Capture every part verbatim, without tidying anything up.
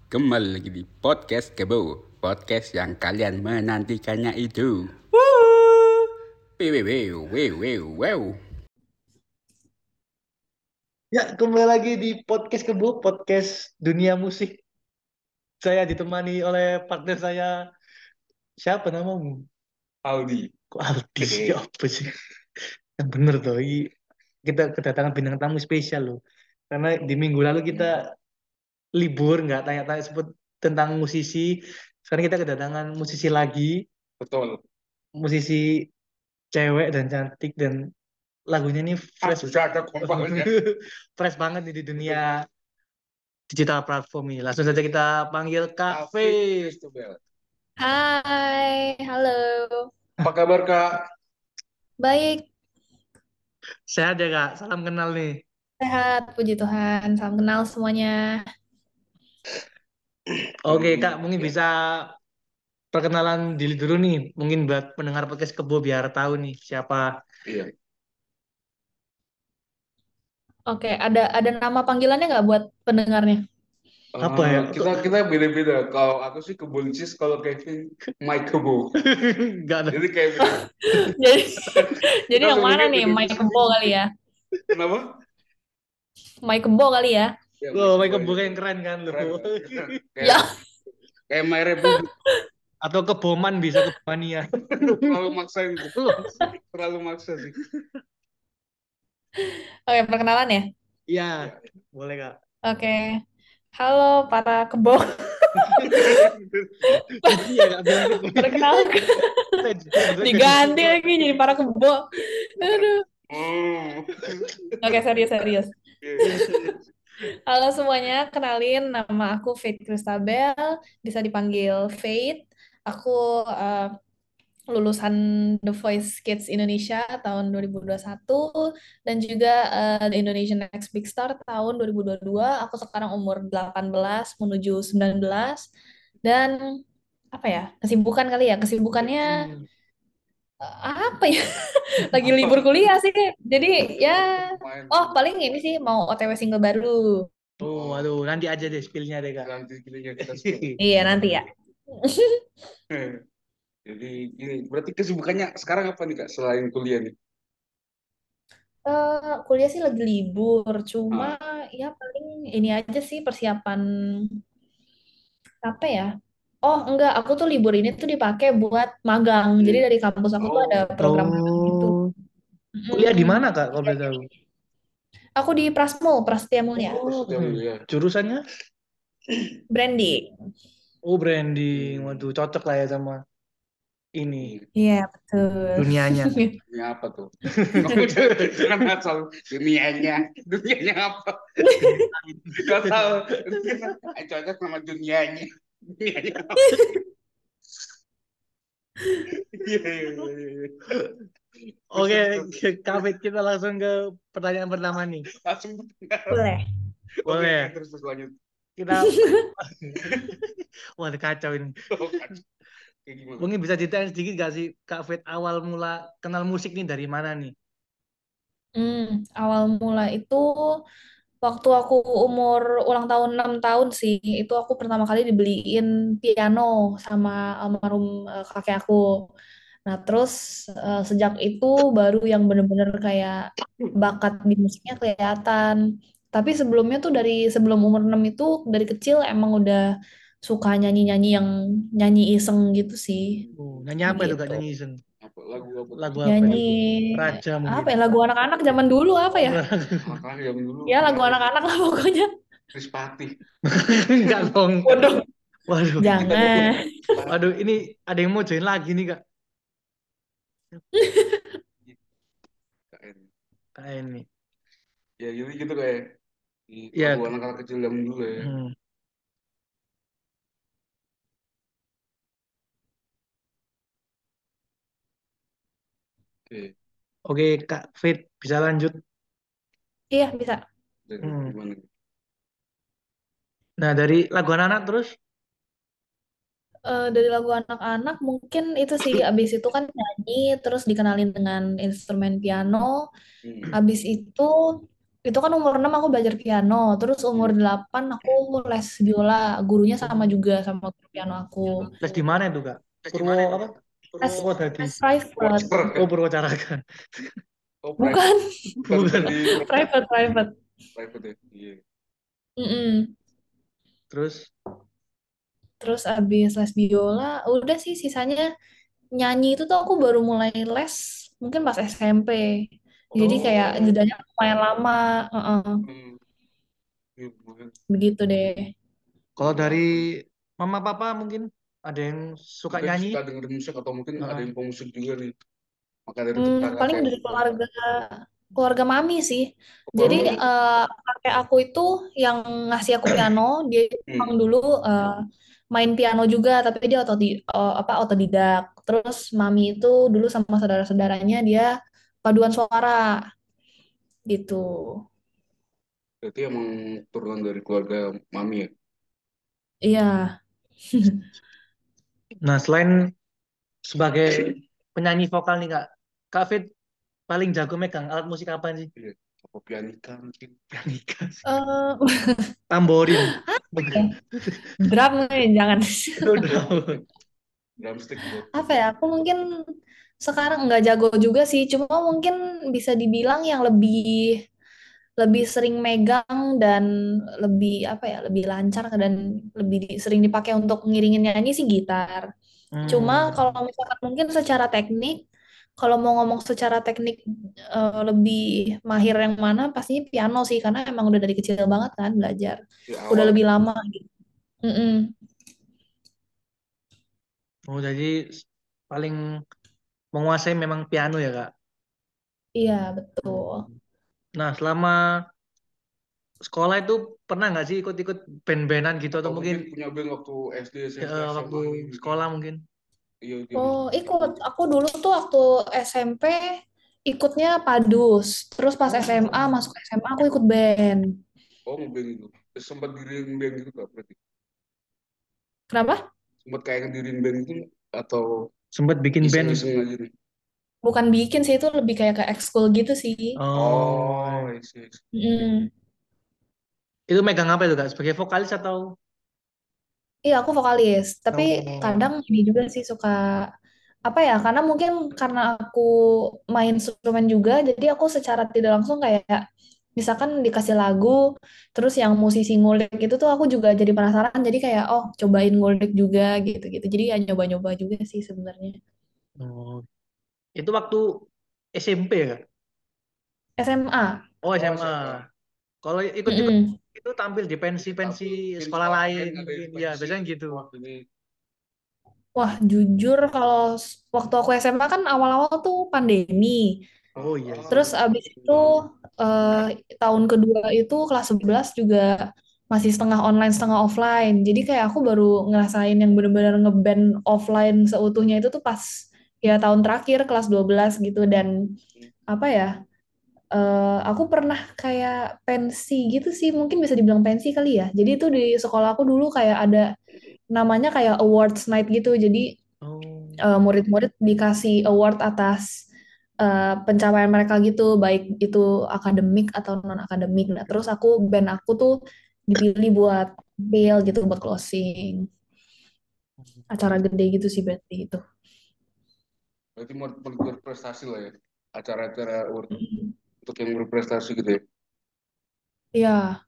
Kembali lagi di podcast Kebo, podcast yang kalian menantikannya itu. Wow, wow, wow, wow, wow. Ya, kembali lagi di podcast Kebu, podcast dunia musik. Saya ditemani oleh partner saya, siapa namamu? Aldi. Kok Aldi? Ya apa sih? Yang bener tuh, i- kita kedatangan bintang tamu spesial loh. Karena di minggu lalu kita libur, nggak tanya-tanya sebut tentang musisi. Sekarang kita kedatangan musisi lagi, Betul. musisi cewek dan cantik dan lagunya ini Ah, fresh, sudah ada kompaknya. fresh banget nih di dunia digital platform ini. Langsung saja kita panggil Kak Faith. Christobel. Hai, halo. Apa kabar Kak? Baik, Sehat ya Kak, salam kenal nih. sehat, puji Tuhan. Salam kenal semuanya. Oke Kak, Hmm, mungkin ya. bisa perkenalan diri dulu nih. Mungkin buat pendengar podcast Kebo biar tahu nih siapa. Iya. Oke, ada ada nama panggilannya nggak buat pendengarnya? Apa Eh, ya? kita kita beda-beda. Kalau aku sih kebuncis, kalau Kevin Mike Kebo. Gak ada. Jadi kayak beda. Jadi, jadi Kita yang mana sebenarnya nih? beda-beda Mike Kebo sedikit. kali ya? Kenapa? Mike Kebo kali ya? Ya, Oh, Mike Mike Kebo Kebo aja. yang keren kan lu. Keren, kan? Kayak Ya, kayak My Republic. Atau Keboman bisa Kebomania. Terlalu maksa gitu. Terlalu maksa sih. oke, perkenalan ya. Iya, Ya. boleh Kak. Oke, halo para kebo. Iya Kak, bilang gitu. Perkenalkan, diganti lagi jadi para kebo. Aduh. Oh. Oke, serius serius. Iya. Halo semuanya, kenalin nama aku Faith Christabel, bisa dipanggil Faith. Aku eh, lulusan The Voice Kids Indonesia tahun dua ribu dua puluh satu dan juga eh, The Indonesian Next Big Star tahun dua ribu dua puluh dua. Aku sekarang umur delapan belas menuju sembilan belas dan apa ya? Kesibukan kali ya. Kesibukannya Hmm. eh, apa ya? Lagi Apa? libur kuliah sih. Jadi ya Main. oh paling ini sih mau O T W single baru. Oh, waduh, nanti aja deh spillnya deh Kak. Nanti kita kita spill. Iya nanti ya. Jadi ini berarti kesibukannya sekarang apa nih Kak selain kuliah nih? Eh, kuliah sih lagi libur, cuma Ah, ya paling ini aja sih persiapan apa ya? Oh enggak, aku tuh libur ini tuh dipakai buat magang. Jadi iya. dari kampus aku tuh ada Oh, program magang gitu. Oh, kuliah di mana Mm, Kak kalau boleh tahu? aku di Prasmul, Prasetya Mulia, Oh, maksudnya hmm. ya. Jurusannya? branding. Oh, branding. Waduh, Hmm, cocok lah ya sama ini Iya betul. dunianya. ini apa tuh? Oh, jangan asal dunianya. Dunianya apa? Gak tahu. Cocok sama dunianya. Dunianya apa? Iya, iya, iya, iya. Oke, Terus, terus, terus. Kak Fit, kita langsung ke pertanyaan pertama nih. Langsung. Boleh. Oke, oke, Boleh. terus terus lanjut. Kita, wah kacau ini. Oh, kan. Kayak gimana? Mungkin bisa ceritain sedikit gak sih Kak Fit awal mula kenal musik nih dari mana nih? Hmm, awal mula itu waktu aku umur ulang tahun enam tahun sih, itu aku pertama kali dibeliin piano sama almarhum eh, kakek aku. Nah, terus eh, sejak itu baru yang bener-bener kayak bakat di musiknya kelihatan. Tapi sebelumnya tuh dari sebelum umur enam itu dari kecil emang udah suka nyanyi-nyanyi yang nyanyi iseng gitu sih. Oh, nyanyi apa itu Kak Begitu. nyanyi iseng? Apa lagu apa tuh? Lagu apa Nyanyi ya? Raja apa mungkin. ya lagu anak-anak zaman dulu apa ya? Anak-anak yang dulu Ya lagu kenapa? anak-anak lah pokoknya. Krispati. Enggak dong. Waduh, Waduh. jangan. Waduh, ini ada yang mau join lagi nih Kak. K N. Kak ini. Ya jadi gitu kayak Ya, lagu anak-anak kecil zaman dulu ya. hmm. Oke, Oke Kak Fit bisa lanjut. Iya, bisa. dan Hmm. gimana? Nah, dari lagu anak-anak terus. Eh, dari lagu anak-anak mungkin itu sih abis itu kan nyanyi terus dikenalin dengan instrumen piano. Hmm. Abis itu Itu kan umur enam aku belajar piano, terus umur Hmm. delapan aku les biola, gurunya sama Oh, juga sama guru piano aku. les di mana itu kak? Purwo apa? Les, Purwodadi. les private, Voucher Oh kan? Purwacaraka. Oh, private. bukan Bukan, bukan Bukan. di private private. private ya. Iya. Mm-mm. Terus, Terus abis les biola, udah sih sisanya nyanyi itu tuh aku baru mulai les mungkin pas S M P. Jadi kayak Oh. jedanya lumayan lama, Heeh. Hmm. Iya, mungkin. Begitu deh. kalau dari mama papa mungkin ada yang suka Mungkin nyanyi? suka dengerin musik atau mungkin ada Heeh. yang pemusik juga nih. Maka dari itu Hmm, kakak paling kayak dari suka. keluarga keluarga mami sih. Jadi Oh. eh kakek aku itu yang ngasih aku piano, dia itu emang Hmm. dulu eh, main piano juga, tapi dia otodi, eh, apa otodidak. Terus mami itu dulu sama saudara-saudaranya dia paduan suara gitu. Berarti emang turunan dari keluarga mami ya. Iya. Nah, selain sebagai penyanyi vokal nih kak, Kak Fit paling jago megang alat musik apa sih? Iya. Apa pianika mungkin. Pianika, Eh, tamborin. apa ya? Drum nih, jangan. Udah. Drumstick gitu. Apa ya? Aku mungkin sekarang nggak jago juga sih, cuma mungkin bisa dibilang yang lebih lebih sering megang dan lebih apa ya, lebih lancar dan lebih di- sering dipakai untuk ngiringin nyanyi sih gitar. Cuma kalau Hmm. misalkan mungkin secara teknik, kalau mau ngomong secara teknik eh, lebih mahir yang mana, pastinya piano sih karena emang udah dari kecil banget kan belajar, Di udah awal. lebih lama gitu. Mm-mm. Oh, jadi paling menguasai memang piano ya kak? Iya betul. Hmm. Nah, selama sekolah itu pernah nggak sih ikut-ikut band-bandan gitu atau Atau mungkin mungkin punya band waktu S D, S M P, eh, waktu S M A gitu. sekolah mungkin? Iya, game. Oh, ikut. Aku dulu tuh waktu S M P ikutnya Padus. Terus pas Oh, S M A, masuk S M A aku ikut band. Oh, ngeband itu. Terus sempat diriin band gitu gak berarti? Kenapa? Sempat kayak ngedirin band gitu atau sempat bikin band. iseng-iseng aja nih? Bukan bikin sih, itu lebih kayak ke ekskul gitu sih. Oh, Oh, I see. Mm. itu megang apa itu kak? Sebagai vokalis atau? Iya, aku vokalis. Tapi Oh, kadang ini juga sih suka apa ya? Karena mungkin karena aku main instrumen juga, jadi aku secara tidak langsung kayak misalkan dikasih lagu, terus yang musisi ngulik itu tuh aku juga jadi penasaran. Jadi kayak oh cobain ngulik juga gitu-gitu. Jadi ya nyoba-nyoba juga sih sebenarnya. oh, itu waktu S M P ya kak? S M A. Oh Oh, S M A. siapa? Kalau ikut-ikut Mm-mm. itu tampil di pensi-pensi Tampil di sekolah sekolah lain lain ngadain mungkin, ya pensi. biasanya gitu. Wah, ini. Wah, jujur kalau s- waktu aku S M A kan awal-awal tuh pandemi. Oh iya Terus sih. abis itu eh, tahun kedua itu kelas sebelas juga masih setengah online setengah offline. Jadi kayak aku baru ngerasain yang bener-bener ngeband offline seutuhnya itu tuh pas ya tahun terakhir kelas dua belas gitu. Dan apa ya, eh, aku pernah kayak pensi gitu sih, mungkin bisa dibilang pensi kali ya. Jadi itu di sekolah aku dulu kayak ada namanya kayak awards night gitu. Jadi Oh, eh, murid-murid dikasih award atas eh, pencapaian mereka gitu, baik itu akademik atau non akademik. Nah, terus aku band aku tuh dipilih buat tampil gitu buat closing acara gede gitu sih berarti itu. Berarti mau mau berprestasi lah ya. Acara-acara ur- untuk yang berprestasi gitu ya. Iya,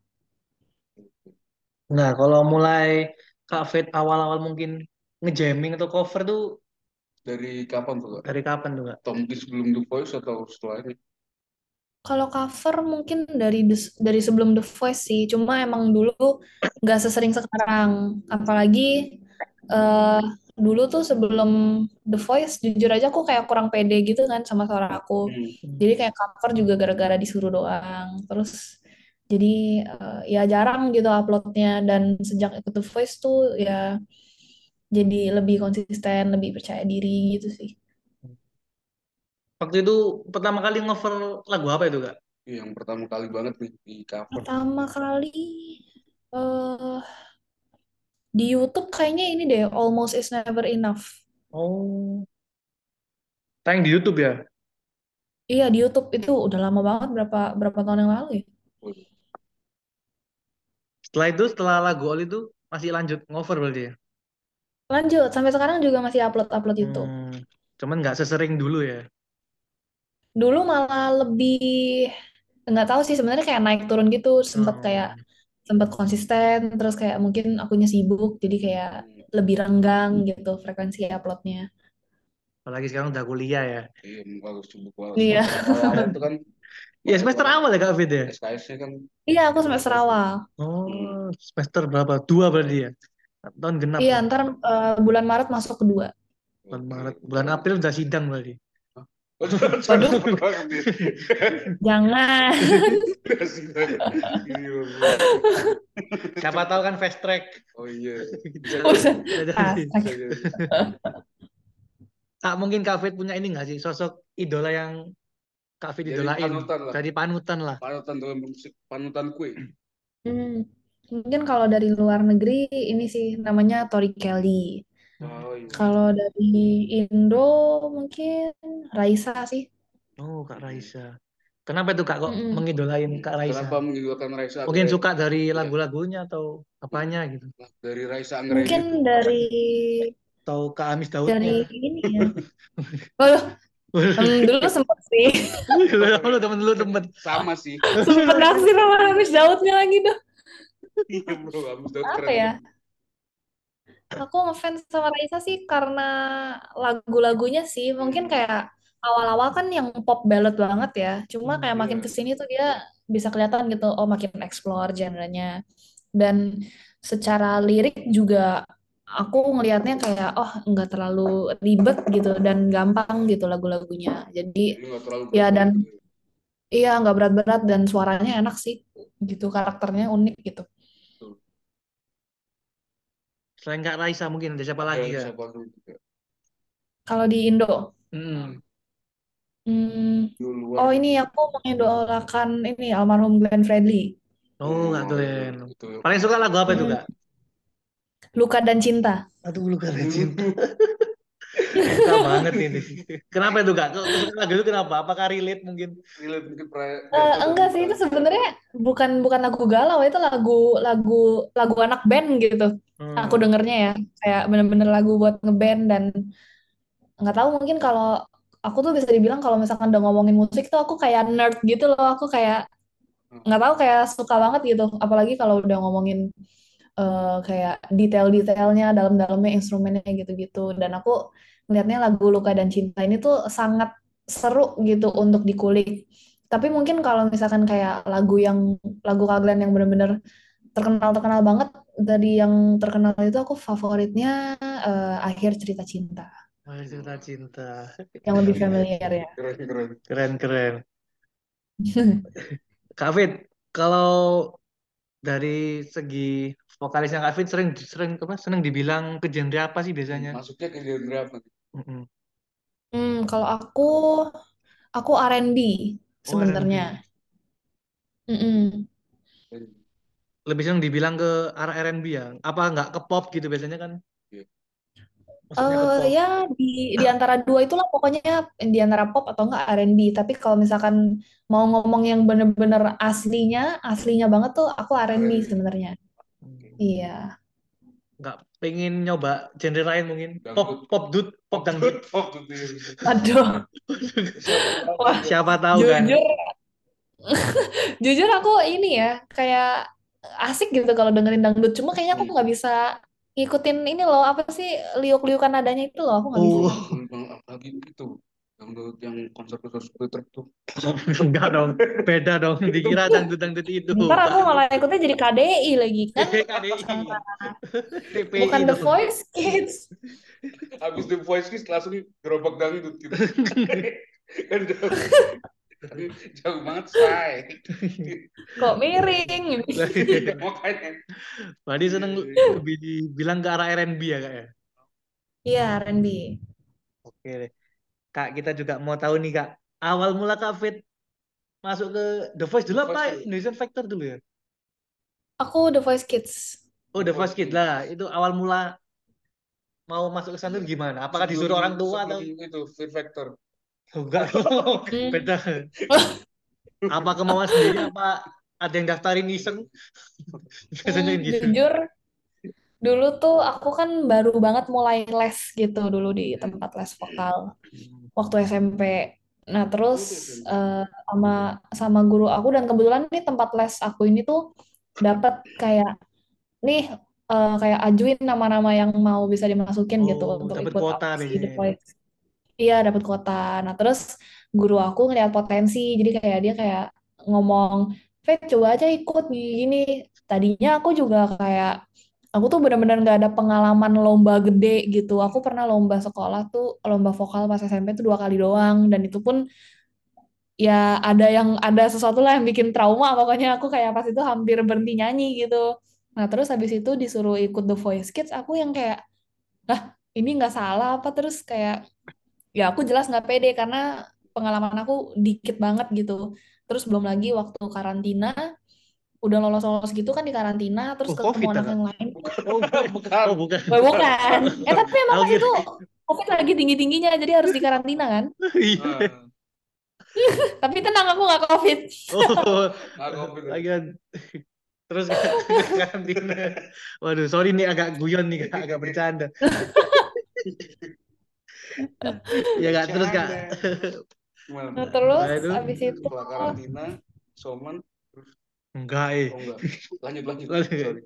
nah kalau mulai Kak Fit awal-awal mungkin ngejamming atau cover tuh Dari kapan tuh, Kak? dari kapan tuh kak? Atau mungkin sebelum The Voice atau setelah ini? kalau cover mungkin dari the- dari sebelum The Voice sih, cuma emang dulu nggak sesering sekarang. Apalagi eh, dulu tuh sebelum The Voice, jujur aja aku kayak kurang pede gitu kan sama suara aku. Hmm. Jadi kayak cover juga gara-gara disuruh doang. Terus jadi eh, ya jarang gitu uploadnya. Dan sejak ikut The Voice tuh ya jadi lebih konsisten, lebih percaya diri gitu sih. Waktu itu pertama kali ngover lagu apa itu kak? Yang pertama kali banget nih di cover. Pertama kali eh di YouTube kayaknya ini deh, Almost Is Never Enough. Oh, tayang di YouTube ya? Iya di YouTube itu udah lama banget, berapa berapa tahun yang lalu ya? Setelah itu, setelah lagu Oli itu masih lanjut ngover berarti ya? Lanjut, sampai sekarang juga masih upload-upload YouTube. Hmm, cuman nggak sesering dulu ya. Dulu malah lebih nggak tahu sih sebenarnya kayak naik turun gitu, sempat kayak Hmm. sempat konsisten, terus kayak mungkin akunya sibuk, jadi kayak lebih renggang gitu frekuensi uploadnya. Apalagi sekarang udah kuliah ya. Iya, bagus sibuk banget. Iya, Awal-awal itu kan Ya semester awal ya Kak Fit ya? S K S-nya kan iya aku semester awal. Oh, semester berapa? Dua berarti ya? Tahun genap Iya, ya? ntar eh, bulan Maret masuk kedua. Bulan Maret. Bulan April udah sidang berarti. Waduh, jangan. Siapa tahu kan fast track. Oh iya. Udah. Jadi- Ah, Kak, mungkin Kak Fit punya ini nggak sih? Sosok idola yang Kak Fit Jadi idolain. panutan lah. Jadi panutan lah. Panutan dalam musik, panutan kue. hmm, Mungkin kalau dari luar negeri ini sih namanya Tori Kelly. Oh iya. Kalau dari Indo mungkin Raisa sih. Oh, Kak Raisa. Kenapa itu Kak kok Mm-mm. mengidolain Kak Raisa? Kenapa mengidolakan Raisa? Mungkin Anggrek? suka dari lagu-lagunya atau apanya gitu. Dari Raisa Mungkin Anggrek. dari Atau Kak Amis dari Daudnya. ini ya. Oh, em, dulu sempet sih. Lu temen lu temen. Sama sih. Sempet naksir sama Hamis Daudnya lagi tuh. Iya bro, Agus Daud Apa keren. ya? Aku ngefans sama Raisa sih karena lagu-lagunya sih. Mungkin kayak awal-awal kan yang pop ballad banget ya. Cuma kayak Iya. makin kesini tuh dia bisa kelihatan gitu. Oh makin explore genrenya. Dan secara lirik juga aku ngelihatnya kayak oh nggak terlalu ribet gitu dan gampang gitu lagu-lagunya. Jadi Ini nggak terlalu ya berat dan banget. iya nggak berat-berat dan suaranya enak sih. Gitu karakternya unik gitu. Selain Kak Raisa mungkin ada siapa Ada lagi Kak? siapa dulu juga. Kalau di Indo, Hmm. hmm, Di luar. oh ini aku mengidolakan ini almarhum Glenn Fredly. Oh, Kak Oh, Glenn. itu. Paling suka lagu apa itu Hmm, Kak? Luka dan Cinta. Aduh, lu kan cinta. Suka banget ini. Kenapa itu Kak? Kok suka lagu itu kenapa? Apakah relate mungkin? Relate mungkin pra- Eh, jatuh enggak dan sih itu pra- sebenarnya bukan bukan lagu galau itu lagu lagu lagu anak band gitu. Aku Hmm. dengernya ya kayak bener-bener lagu buat ngeband dan nggak tahu mungkin kalau aku tuh bisa dibilang kalau misalkan udah ngomongin musik tuh aku kayak nerd gitu loh. Aku kayak nggak tahu kayak suka banget gitu. Apalagi kalau udah ngomongin eh, kayak detail-detailnya dalam-dalamnya instrumennya gitu-gitu dan aku melihatnya lagu Luka dan Cinta ini tuh sangat seru gitu untuk dikulik tapi mungkin kalau misalkan kayak lagu yang lagu Kak Glenn yang bener-bener terkenal terkenal banget dari yang terkenal itu aku favoritnya eh, Akhir Cerita Cinta Wah, cerita cinta. yang lebih familiar ya. keren keren. Keren, keren. Kak Fit, kalau dari segi vokalisnya Kak Fit sering sering apa seneng dibilang ke genre apa sih biasanya? Masuknya ke genre apa? Mm-mm. Hmm, kalau aku aku R and B Oh, R and B. sebenarnya. Mm-mm. Lebih sering dibilang ke arah R and B ya. Apa nggak ke pop gitu biasanya kan? Iya. Maksudnya ke Eh pop. ya di di antara dua itulah pokoknya di antara pop atau enggak R and B. Tapi kalau misalkan mau ngomong yang bener-bener aslinya, aslinya banget tuh aku R and B sebenarnya. Iya. Nggak pengen nyoba genre lain mungkin. Pop, Dangdut. pop dut, pop dangdut. Pop tuh dia. Aduh. Wah, Siapa tahu kan? jujur, jujur aku ini ya kayak asik gitu kalau dengerin dangdut. Cuma kayaknya aku nggak bisa ngikutin ini loh apa sih liuk-liukan nadanya itu loh aku nggak bisa. Oh, Lagi itu dangdut yang konser-konser skuter tuh. enggak dong. Beda dong. Dikira dangdut-dangdut itu. Ntar aku malah ikutnya jadi K D I lagi kan. K D I. T P I Bukan The dong. Voice Kids. Habis The Voice Kids langsung gerobak dangdut gitu. Kan jauh, jauh banget say. Kok miring? Makanya. Berarti seneng lebih dibilang ke arah R and B ya kak ya? Iya, R and B. Oke deh. Kak, kita juga mau tahu nih kak. Awal mula Kak Fit masuk ke The Voice dulu The apa Voice dulu. Indonesian Factor dulu ya? Aku The Voice Kids. Oh, The Voice Kids lah. Itu awal mula mau masuk ke sana gimana? Apakah disuruh orang tua atau Sebelum itu Fear Factor. enggak? Hmm. Beda. Apa kemauan sendiri apa ada yang daftarin iseng biasanya Hmm, gitu. jujur, dulu tuh aku kan baru banget mulai les gitu dulu di tempat les vokal waktu S M P. Nah, terus Oh, itu S M P. eh, sama sama guru aku dan kebetulan nih tempat les aku ini tuh dapat kayak nih eh, kayak ajuin nama-nama yang mau bisa dimasukin gitu Oh, untuk dapat ikut kuota audisi The biasanya. Voice. Iya, dapat kuota. Nah, terus guru aku ngeliat potensi, jadi kayak dia kayak ngomong, Fet, coba aja ikut gini. Tadinya aku juga kayak, aku tuh benar-benar nggak ada pengalaman lomba gede gitu. Aku pernah lomba sekolah tuh, lomba vokal pas S M P tuh dua kali doang, dan itu pun ya ada yang ada sesuatu lah yang bikin trauma. Pokoknya aku kayak pas itu hampir berhenti nyanyi gitu. Nah, terus habis itu disuruh ikut The Voice Kids, aku yang kayak, lah ini nggak salah apa terus kayak ya aku jelas nggak pede karena pengalaman aku dikit banget gitu. Terus belum lagi waktu karantina, udah lolos-lolos gitu kan di karantina, terus Oh, ketemu COVID ya, anak Kak? yang lain. Oh, Bukan. oh bukan. Wah, bukan. Eh, tapi emang Aku pas kira. itu COVID lagi tinggi-tingginya, jadi harus dikarantina kan. Iya. Ah, Tapi tenang, aku nggak COVID. Oh, nggak COVID ya. lagian terus kan ke karantina. Waduh, sorry nih agak guyon nih, Kak, agak bercanda. Ya Kak, terus Kak. Bercanda. Gimana? Nah, Setelah terus itu abis itu, Setelah karantina, Soman, terus enggak eh. oh enggak. Lanjut lanjut. Lanjut. Sorry.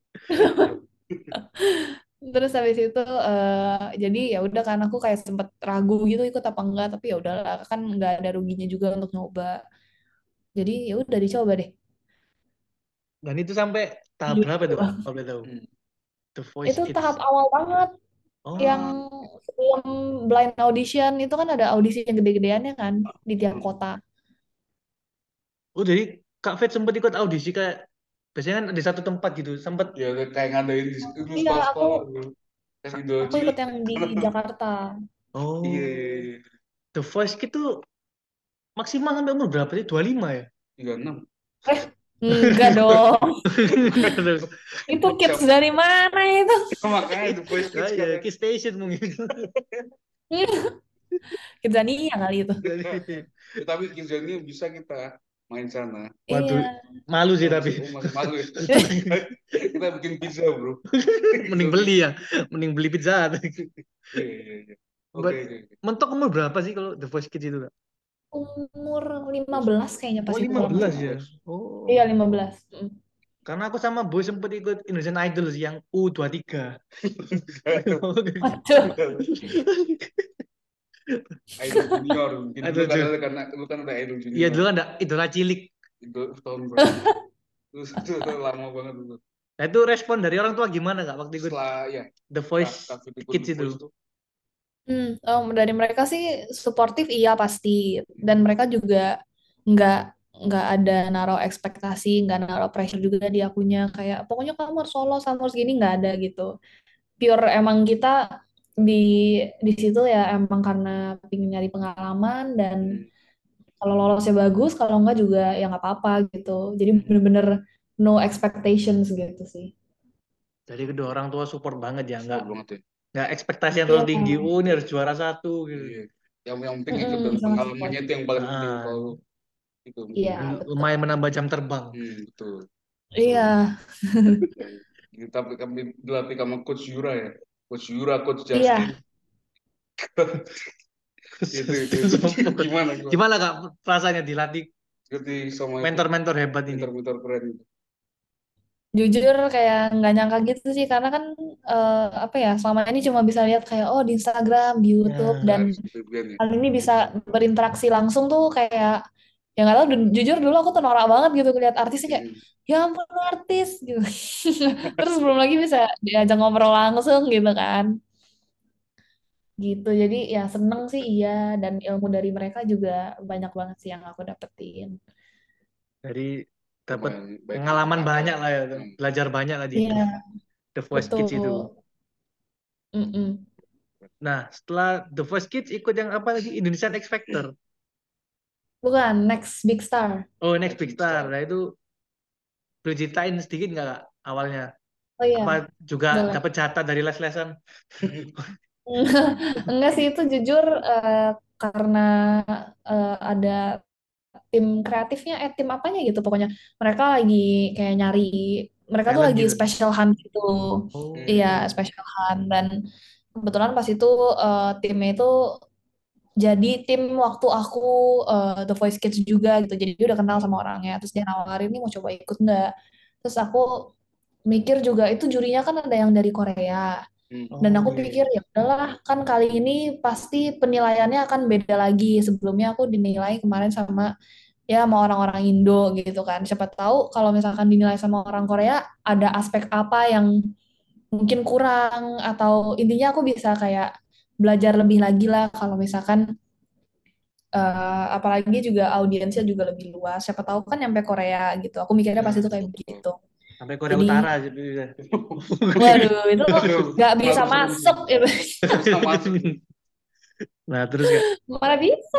terus habis itu eh, jadi ya udah kan aku kayak sempet ragu gitu ikut apa enggak, tapi ya udahlah kan nggak ada ruginya juga untuk nyoba. Jadi ya udah dicoba deh. Dan itu sampai tahap berapa Gitu. tuh Kak? Kalau boleh tahu. Hmm. The Voice Itu Kids. tahap awal banget yang Oh, sebelum blind audition itu kan ada audisi yang gede-gedeannya kan di tiap Hmm. kota. oh jadi Kak Fet sempat ikut audisi kayak biasanya kan ada satu tempat gitu, sempat. Ya kayak ngadain di itu Iya, aku sekolah-sekolah gitu. Tes idol aku cilik. ikut yang di Jakarta. Oh, Iya, iya, iya. The Voice Kids itu maksimal sampai umur berapa sih? dua puluh lima ya? tiga puluh enam. Eh, enggak dong. Terus, Itu kids dari mana itu? Makanya The Voice ah, Kids ya, kan. Kiss Station mungkin. Kidzania kali itu. Tapi Kizania bisa kita main sana. Waduh, Iya. malu sih Oh, tapi. masih, oh, masih malu ya. Kita bikin pizza, bro. Mending beli ya, mending beli pizza. Iya, iya, iya. Oke, But, oke, oke. mentok umur berapa sih kalau The Voice Kids itu Kak? Umur lima belas kayaknya pas Oh, itu kalau nggak lima belas salah. ya. Oh. Iya, lima belas. Mm. Karena aku sama Boy sempet ikut Indonesian Idol sih, yang U dua puluh tiga. Waduh. Idol junior mungkin dulu Idol kan junior. ada karena dulu kan ada idol junior. Iya dulu kan ada idola cilik. Itu tahun berapa? Terus itu lama banget dulu. Nah itu respon dari orang tua gimana Kak waktu ikut Setelah ya The Voice Kak Fit ikut Kids The itu? Voice tuh, Hmm, oh, dari mereka sih suportif iya pasti, dan mereka juga nggak nggak ada naruh ekspektasi, nggak naruh pressure juga di akunya kayak pokoknya kamu harus solo kamu harus gini, nggak ada gitu. Pure emang kita di di situ ya emang karena pengen nyari pengalaman, dan hmm, kalau lolosnya bagus kalau nggak juga ya nggak apa-apa gitu. Jadi hmm, bener-bener no expectations gitu sih. Jadi kedua orang tua support banget ya, nggak support banget ya. nggak ekspektasi yang Iya. terlalu tinggi. Oh ini harus juara satu gitu. Iya. Yang yang penting ikut Mm-mm, dan sangat support. pengalamannya itu yang paling penting Ah, kalau itu. Iya, l- betul. lumayan menambah jam terbang. Hmm, betul. Iya. Kita kami dilatih sama Coach Yura ya. Coach Yura, Coach Iya. Justin. itu itu, itu. Gimana gimana? Gimana Kak perasaannya dilatih Seperti sama itu mentor-mentor hebat ini? mentor-mentor keren itu. Jujur kayak nggak nyangka gitu sih, karena kan eh, apa ya, selama ini cuma bisa lihat kayak oh di Instagram, di YouTube, Ya, dan Nah, seperti itu ya. kali ini bisa berinteraksi langsung tuh kayak ya nggak tahu, du- jujur dulu aku tuh norak banget gitu ngeliat artisnya kayak Hmm. ya ampun artis gitu. Terus belum lagi bisa diajak ngobrol langsung gitu kan. Gitu. Jadi ya seneng sih iya, dan ilmu dari mereka juga banyak banget sih yang aku dapetin. jadi dapat Lumayan baik pengalaman kakak banyak ya. lah ya, Hmm. belajar banyak lah di Iya, The Voice Kids itu. betul. Mm-mm. Nah, setelah The Voice Kids ikut yang apa lagi? Indonesian X Factor. Bukan, Next Big Star. Oh, Next Next Big Big Star. Star. Nah, itu boleh ceritain sedikit nggak Kak, awalnya? Oh iya, Apa juga boleh. dapat jatah dari les-lesan? Enggak sih, itu jujur eh, karena eh, ada tim kreatifnya, eh tim apanya gitu pokoknya. Mereka lagi kayak nyari, mereka tuh Talent lagi gitu. special hunt gitu. Oh. Iya, special hunt. Dan kebetulan pas itu eh, timnya itu jadi tim waktu aku eh, The Voice Kids juga gitu. Jadi dia udah kenal sama orangnya. Terus dia nawarin nih mau coba ikut nggak. Terus aku mikir juga itu jurinya kan ada yang dari Korea. Dan Oh aku iya. pikir ya udahlah kan kali ini pasti penilaiannya akan beda lagi. Sebelumnya aku dinilai kemarin sama ya sama orang-orang Indo gitu kan. Siapa tahu kalau misalkan dinilai sama orang Korea ada aspek apa yang mungkin kurang atau intinya aku bisa kayak belajar lebih lagi lah kalau misalkan eh, apalagi juga audiensnya juga lebih luas. Siapa tahu kan nyampe Korea gitu. Aku mikirnya pas Nah, itu kayak betul. begitu. Sampai Korea Jadi, Utara gitu. waduh itu Waduh, nggak bisa bagus masuk itu. sama Nah terus Kak, Mana bisa,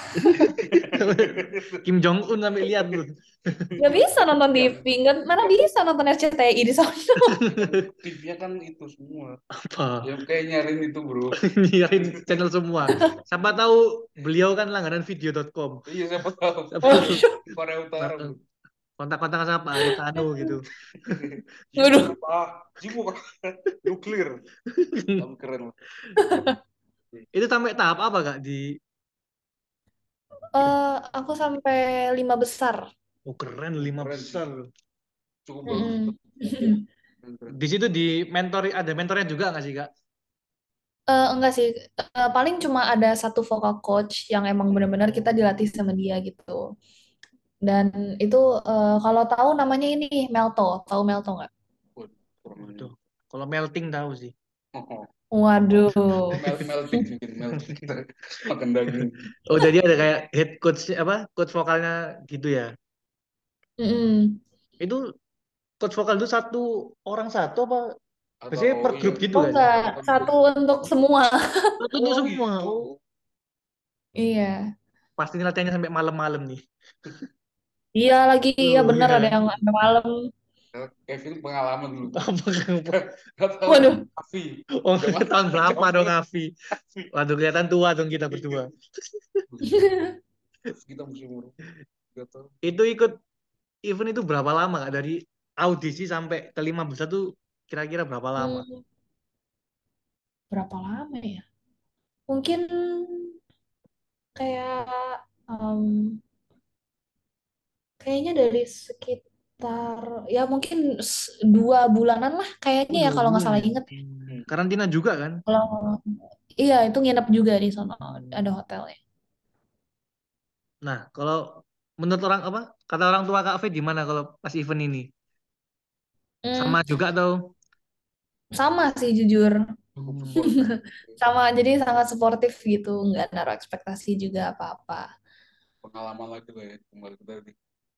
Kim Jong Un sampai lihat tuh. nggak bisa nonton T V, nggak, mana bisa nonton R C T I di sana. T V-nya kan itu semua. Apa? Yang kayak nyariin itu bro. Nyiarin channel semua. Siapa tahu beliau kan langganan video dot com. Iya siapa tahu. Siapa tahu Korea Utara bro. kontak-kontak sama Pak Haritano gitu. Waduh. Pak Jimu nuklir. Kamu keren loh. Itu sampai tahap apa Kak di Eh, aku sampai lima besar. Oh keren lima Keren. besar. Cukup bagus. Mm-mm. Keren. Di situ di mentor ada mentornya juga nggak sih Kak? Eh, enggak sih, Eh, paling cuma ada satu vocal coach yang emang benar-benar kita dilatih sama dia gitu. Dan itu eh, kalau tahu namanya ini Melto, tahu Melto nggak? Waduh. Kalau melting tahu sih. Oh, Waduh. mel melting bikin melting kita makan daging. Oh jadi ada kayak head coach apa? Coach vokalnya gitu ya. Mm-mm. Itu coach vokal itu satu orang satu apa? Atau Biasanya per grup iya. gitu Oh kan? enggak, satu untuk semua. Satu untuk Oh, semua. gitu. Oh. Iya. Pasti ini latihannya sampai malam-malam nih. Iya lagi, iya Oh bener iya. ada yang sampai malam. Kevin pengalaman dulu. Apa Gak tahu. Waduh. Afi. Oh Zaman- tahun berapa zaman- dong Afi? Waduh kelihatan tua dong kita berdua. Kita mesti umur. Gak tahu. Itu ikut event itu berapa lama Kak? Dari audisi sampai ke lima besar tuh kira-kira berapa lama? Hmm, berapa lama ya? Mungkin kayak em, kayaknya dari sekitar ya mungkin s- dua bulanan lah kayaknya ya Oh, kalau dua nggak salah bulan ya? inget ya. Hmm. Karantina juga kan? Kalau iya itu nginep juga di sana ada hotelnya. Nah, kalau menurut orang apa? Kata orang tua Kak Fe gimana kalau pas event ini? Hmm, Sama juga atau? sama sih jujur. Cukup Hmm. support. Sama jadi sangat suportif gitu nggak naruh ekspektasi juga apa-apa. Pengalaman lagi lah ya kembali ke tadi.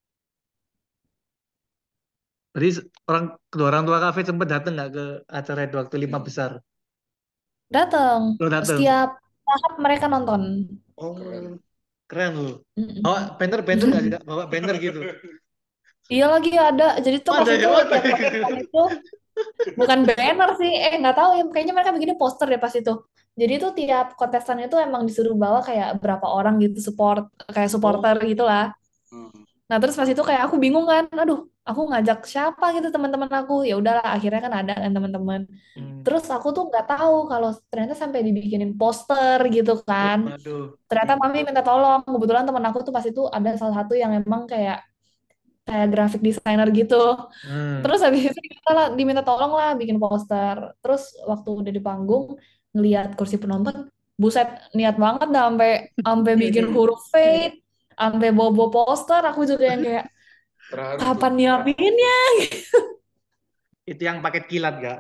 Jadi orang kedua orang tua Kak Fe sempat datang nggak ke acara itu waktu lima besar? Datang Lo datang? setiap tahap mereka nonton. Oh, Keren. keren loh. Mm-mm. Bawa banner banner nggak sih Kak? Bawa banner gitu. Iya lagi ada. Jadi tuh Oh, pas ada itu ya? Oh, tiap ada. kontestan itu bukan banner sih, eh nggak tahu ya. Kayaknya mereka bikinnya poster deh pas itu. Jadi tuh tiap kontestan itu emang disuruh bawa kayak berapa orang gitu support, kayak supporter gitu lah. Hmm. Nah terus pas itu kayak aku bingung kan, aduh aku ngajak siapa gitu teman-teman aku. Ya udahlah akhirnya kan ada kan teman-teman. Hmm. Terus aku tuh nggak tahu kalau ternyata sampai dibikinin poster gitu kan. Waduh. Ternyata mami minta tolong. Kebetulan teman aku tuh pas itu ada salah satu yang emang kayak kayak graphic designer gitu. Hmm. Terus habis itu kita lah, diminta tolong lah bikin poster. Terus waktu udah di panggung ngelihat kursi penonton, buset niat banget dah sampai sampai bikin huruf fade, sampai bobo poster. Aku juga yang kayak Terharu kapan tuh. nyiapinnya? Itu yang paket kilat gak?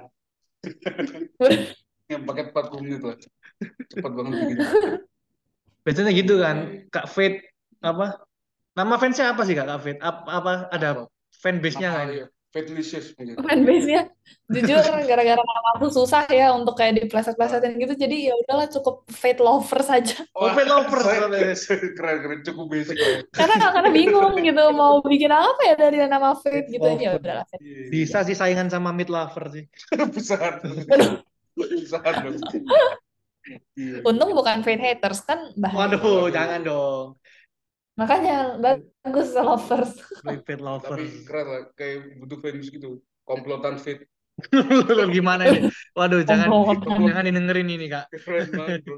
Yang pakai empat puluh menit lah. Cepat banget bikin. Biasanya gitu kan, Kak Fit apa? Nama fansnya apa sih Kak Kak Fit? Apa, apa ada Apa? fanbase-nya Nama kan? ya, Faithlicious mungkin. Fanbase-nya jujur gara-gara nama aku susah ya untuk kayak dipleset-plesetin gitu. Jadi ya udahlah cukup Fate Lover saja. Oh, Fate Lover. Keren keren cukup basic lah. Karena karena bingung gitu mau bikin apa ya dari nama Fate gitu aja. Ya udahlah Fate. Bisa sih saingan sama Mid Lover sih. Besar. Besar dong. Iya. Untung bukan Fate haters kan bahaya. Waduh, jangan dong. Makanya bagus lovers. Private lover. Tapi keren lah, kayak butuh fans gitu. Komplotan fit. Gimana ini? Waduh, jangan Komplotan. jangan didengerin ini, Kak. Keren banget, bro.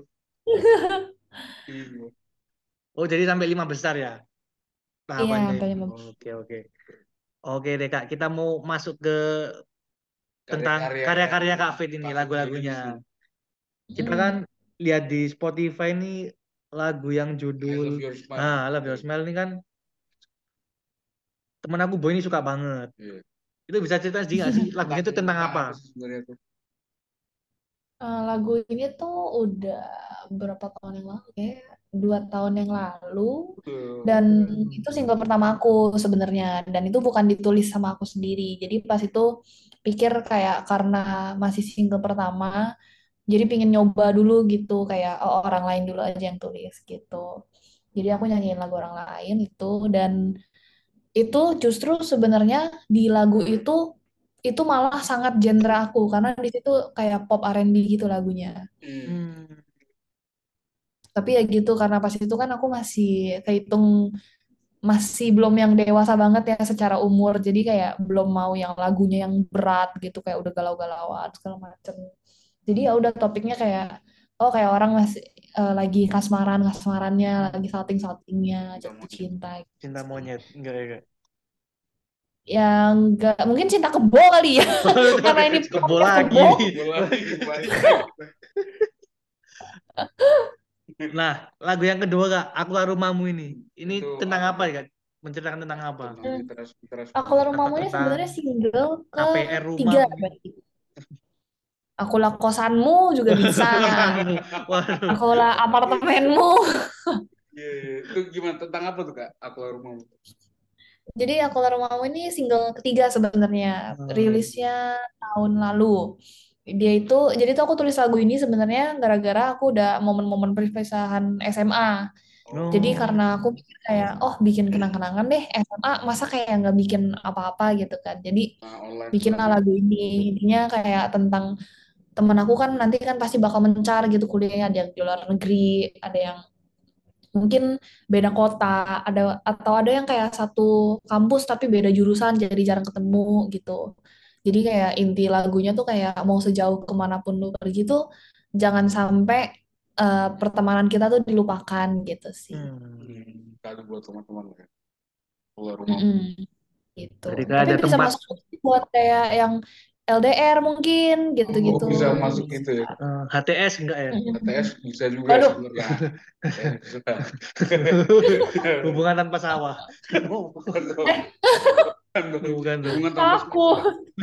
Iya. Oh, jadi sampai lima besar ya Iya, tahapannya. sampai lima. Oke, oke. Oke deh, Kak. Kita mau masuk ke tentang Karya-karya karya-karya Kak yang Fit ini, Kak Fit lagu-lagunya. rilis Kita Mm. kan lihat di Spotify ini lagu yang nih. I judul Love Your Smile. ah, I Love Your Smile ini kan temen aku Boy ini suka banget. Iya. Itu bisa cerita sedikit nggak sih lagunya itu tentang apa? sih sebenarnya tuh? Eh, lagu ini tuh udah berapa tahun yang lalu ya? Dua tahun yang lalu. Tuh. Dan itu single pertama aku sebenarnya. Dan itu bukan ditulis sama aku sendiri. Jadi pas itu pikir kayak karena masih single pertama, jadi pingin nyoba dulu gitu. Kayak oh, orang lain dulu aja yang tulis gitu. Jadi aku nyanyiin lagu orang lain itu. Dan itu justru sebenarnya di lagu itu itu malah sangat genre aku karena di situ kayak pop R and B gitu lagunya. Hmm. Hmm. Tapi ya gitu karena pas itu kan aku masih kehitung masih belum yang dewasa banget ya secara umur. Jadi kayak belum mau yang lagunya yang berat gitu kayak udah galau-galauan segala macem. Jadi ya udah topiknya kayak oh kayak orang masih eh, lagi kasmaran kasmarannya, lagi salting saltingnya, Cinta jatuh monyet. cinta gitu Cinta sih. monyet enggak ya, Kak? Yang enggak mungkin cinta kebo kali ya. Karena ini Kebo pokoknya lagi. kebo. Bola lagi, balik. Nah, lagu yang kedua Kak, Akulah Rumahmu ini. Ini Itu tentang apa apa tuh? ya, Kak? Menceritakan tentang apa? Tentang literas literas Aku Rumahmu Apa ini tentang sebenarnya single K P R rumah ketiga mungkin? berarti. Akulah kosanmu juga bisa. Waduh, waduh. Akulah apartemenmu. Iya, iya. Itu gimana? Tentang apa tuh, Kak? Aku rumahmu. Jadi Akulah Rumahmu ini single ketiga sebenarnya. Hmm. Rilisnya tahun lalu. Dia itu, jadi tuh aku tulis lagu ini sebenarnya gara-gara aku udah momen-momen perpisahan S M A. Oh. Jadi karena aku pikir kayak, oh bikin kenang-kenangan deh S M A, masa kayak nggak bikin apa-apa gitu kan. Jadi Nah, online bikinlah lagi. lagu ini. Intinya kayak tentang temen aku kan nanti kan pasti bakal mencar gitu kuliahnya. Ada yang di luar negeri, ada yang mungkin beda kota, ada atau ada yang kayak satu kampus tapi beda jurusan jadi jarang ketemu gitu. Jadi kayak inti lagunya tuh kayak mau sejauh kemanapun lu pergi tuh jangan sampai eh, pertemanan kita tuh dilupakan gitu sih. Hmm. Hmm, kado buat teman-teman ya. Keluar rumah. Mm-mm, gitu. Jadi kayak Tapi ada bisa tempat masuk buat kayak yang L D R mungkin Oh, gitu-gitu. bisa masuk gitu ya. eh, H T S enggak ya? Mm-mm. H T S bisa juga Waduh, sebenarnya. Eh, bisa. Hubungan tanpa sawah. Bukan dong. eh Bukan dong. Bukan tuh. Hubungan tanpa semesta. takut.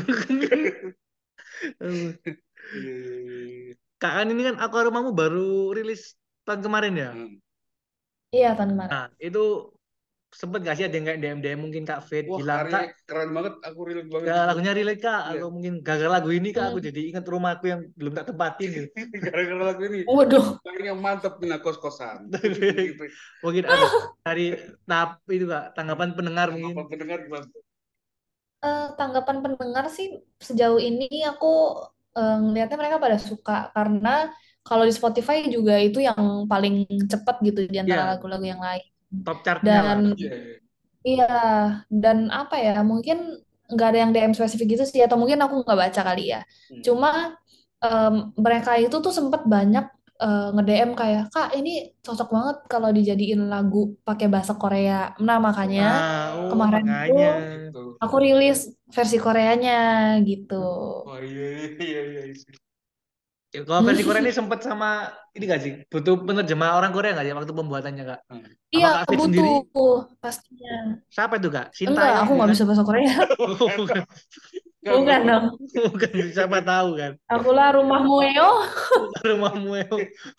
Aduh. Iya, iya, iya. Kak, kan ini kan Aku Rumahmu baru rilis tahun kemarin ya? Hmm. Iya tahun kemarin. Nah, itu sempet gak sih ada yang kayak D M D M mungkin Kak Fit Wah, bilang, karyanya Kak, keren banget. Aku relate banget ya, juga. lagunya relate Kak, Iya. atau mungkin gara-gara lagu ini Kak aku Hmm. jadi ingat rumahku yang belum tak tempatin gitu. Gara-gara lagu ini. Waduh. Lagunya mantep pindah kos-kosan. Gitu. Mungkin ada dari tahap itu Kak, tanggapan pendengar Apa mungkin. pendengar gimana? Eh, tanggapan pendengar sih sejauh ini aku eh, ngelihatnya mereka pada suka karena kalau di Spotify juga itu yang paling cepat gitu di antara Iya, lagu-lagu yang lain. top chartnya lah. Dan Iya, iya. iya, dan apa ya, mungkin nggak ada yang D M spesifik gitu sih, atau mungkin aku nggak baca kali ya. Hmm. Cuma em, mereka itu tuh sempat banyak eh, nge-D M kayak, Kak, ini cocok banget kalau dijadiin lagu pakai bahasa Korea. Nah, makanya Ah, oh kemarin makanya. tuh Gitu. aku rilis versi Koreanya gitu. Oh iya, iya, iya, iya. Ya, kalau versi Korea ini sempet sama ini gak sih? Butuh penerjemah orang Korea gak sih waktu pembuatannya Kak? Hmm. Iya, Apa Kak Fit sendiri? butuh pastinya. Siapa itu Kak? Enggak, Sintayong aku nggak bukan? bisa bahasa Korea. Oh, bukan. Kan, Bukan Bro. dong. Bukan, siapa tahu kan. Akulah rumahmu Eo. Rumahmu Eo.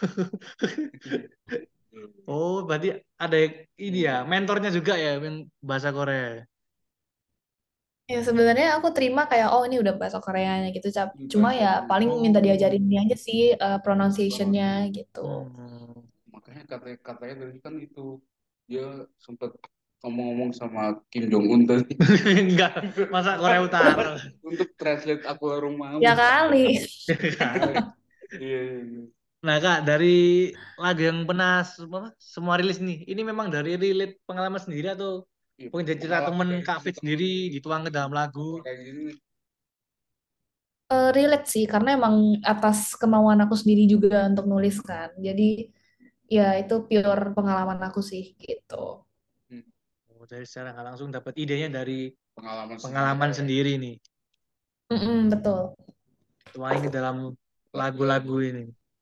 Oh, berarti ada ini ya, mentornya juga ya yang bahasa Korea. Ya sebenarnya aku terima kayak oh ini udah bahasa Koreanya gitu, Cap. Cuma ya Bahasa paling Oh. minta diajarin ini aja sih eh, pronunciation-nya gitu. Hmm. makanya katanya katanya tadi kan itu dia sempat ngomong-ngomong sama Kim Jong Un tadi Enggak, masa Korea Utara. untuk translate aku rumahmu. Ya kali. Iya, iya, iya. Nah Kak, dari lagu yang pernah se- apa, semua rilis nih, ini memang dari relate pengalaman sendiri atau Iya, mungkin dari cerita pengalaman temen dari Kak Fit temen sendiri dituang ke dalam lagu? kayak gini. Eh, relate sih, karena emang atas kemauan aku sendiri juga untuk nulis kan. Jadi ya itu pure pengalaman aku sih gitu. Hmm, Oh, jadi secara nggak langsung dapat idenya dari pengalaman sendiri. pengalaman sendiri nih, Mm-mm, betul. tuangin ke dalam lagu-lagu ini.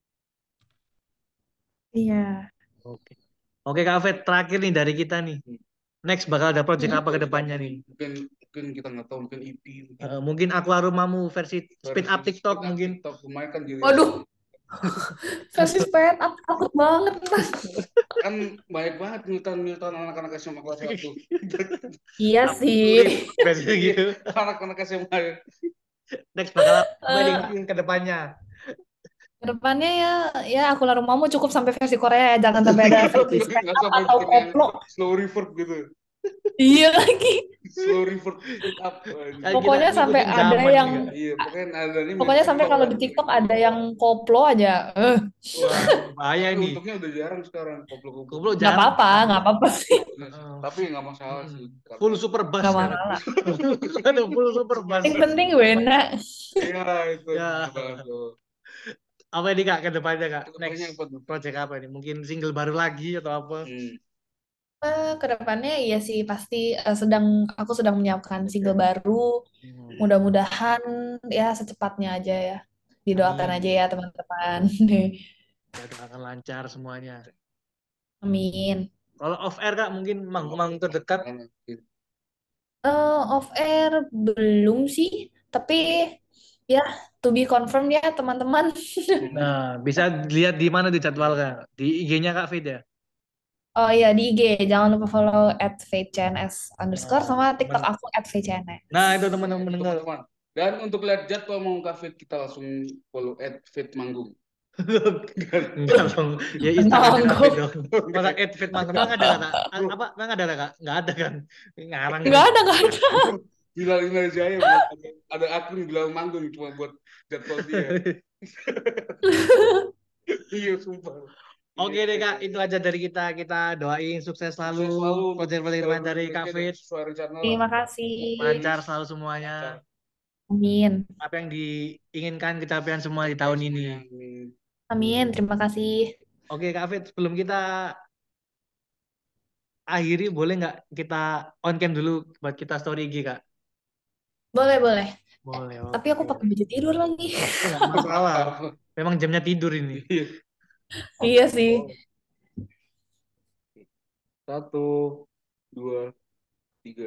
Iya. Oke. Oke Kak Fit, terakhir nih dari kita nih. Hmm. Next bakal ada project Mm-mm. apa ke depannya nih? Mungkin mungkin kita nggak tahu, mungkin E P, mungkin Eh, mungkin aku Arumamu versi speed up versi TikTok speed up mungkin. TikTok kemarin kan jadi Waduh, versi sped up takut banget. kan banyak banget militan-militan anak-anak S M A kelas satu. Iya sih. Biasanya Iya, gitu. anak-anak S M A. Next bakal apa nih Eh, mungkin ke depannya? Kedepannya ya, ya aku lalu mau cukup sampai versi Korea ya, jangan sampai ada versi sped Nggak up sampai atau bikin yang koplo. slow reverb gitu. Iya lagi. Slow reverb speed up. Kayak kita Pokoknya sampai ngikutin ada zaman yang, nih Kak. Iya, pokoknya ada nih mirip pokoknya sampai TikTok kalau lah. di TikTok ada yang koplo aja. Eh, Wah, bahaya Tapi nih. untungnya udah jarang sekarang koplo-koplo. Goblok nggak jarang. apa-apa, nggak apa-apa sih. Heeh. Tapi nggak masalah Mm-mm. sih. Karena Full super bass Nggak sekarang. masalah. Aduh, full super bass. Yang penting wena. iya itu Ya. bener banget tuh. Apa ini Kak ke depannya Kak? Kedepannya Next apa tuh? project apa nih? Mungkin single baru lagi atau apa? Hmm. Eh, kedepannya iya sih pasti eh, sedang aku sedang menyiapkan single baru. Hmm. Mudah-mudahan ya secepatnya aja ya. Didoakan aja Amin. ya teman-teman. Semoga akan lancar semuanya. Amin. Kalau off air Kak mungkin manggung terdekat. Karena gitu. Eh, off air belum sih, tapi ya to be confirm ya teman-teman. Nah, bisa dilihat di mana di jadwal Kak? Di I G-nya Kak Fit ya. Oh iya di I G jangan lupa follow at faithcns underscore Nah, sama TikTok teman. aku at faithcns. Nah, itu teman-teman Itu mendengar. teman-teman. Dan untuk lihat jadwal mau ke Fit kita langsung follow at Fit Manggung. Enggak dong. Ya Instagramnya Kak Fit Nanggung. dong. Masa Ed Fit manggung emang ada kata apa? Emang ada Kak? Enggak ada kan? Ngarang kan. Nggak ada nggak ada. Bilal Inarjaya buat ada, ada akun Bilal Manggung cuma buat jadwal dia. Iya sumpah. Oke deh Kak, itu aja dari kita. Kita doain sukses selalu. Sukses selalu untuk Project-project segala depan dari Kak proyeknya dan Fit. sesuai rencana lah. Terima kasih. Lancar selalu semuanya. Lancar. Amin. Apa yang diinginkan kecapean semua di tahun ini. Amin. Amin. Terima kasih. Oke Kak Fit, sebelum kita akhiri, boleh nggak kita on cam dulu buat kita story I G Kak? Boleh boleh. Boleh, Tapi oke. aku pakai baju tidur lagi. Nggak masalah. Memang jamnya tidur ini. Iya. Iya sih. Satu, dua, tiga.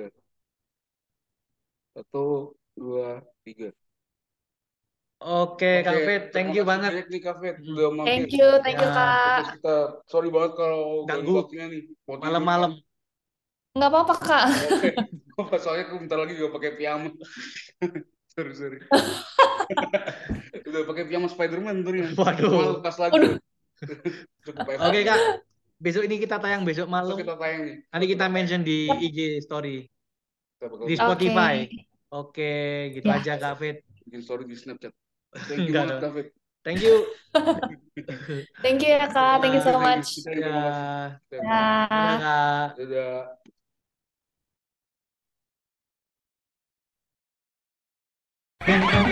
Satu, dua, tiga. Oke Kak Fit, thank you terima kasih banget. banyak nih Kak Fit, Hmm. udah mampir. Thank you, thank you Ya. Kak. Terus kita sorry banget kalau Ganggu. ganggu waktunya nih. Mau tidur Malam-malam. Nggak apa-apa Kak. kan? Oke, soalnya aku bentar lagi juga pakai piyama. sorry sorry. Udah pakai piyama Spiderman tuh nih. Waduh. Mau lepas lagi. Waduh. Cukup baik. Oke Kak, besok ini kita tayang besok Besok malam. kita tayang nih. Nanti kita mention di I G story Kita bakal di Oke. Spotify. Oke, gitu Ya. aja Kak Fit. bikin story di Snapchat. Thank you Enggak banget dong. Kak Fit. Thank you. Thank you ya Kak. Thank you so much. Kita juga Ya. makasih. Dadah Dah. Kak. Dadah.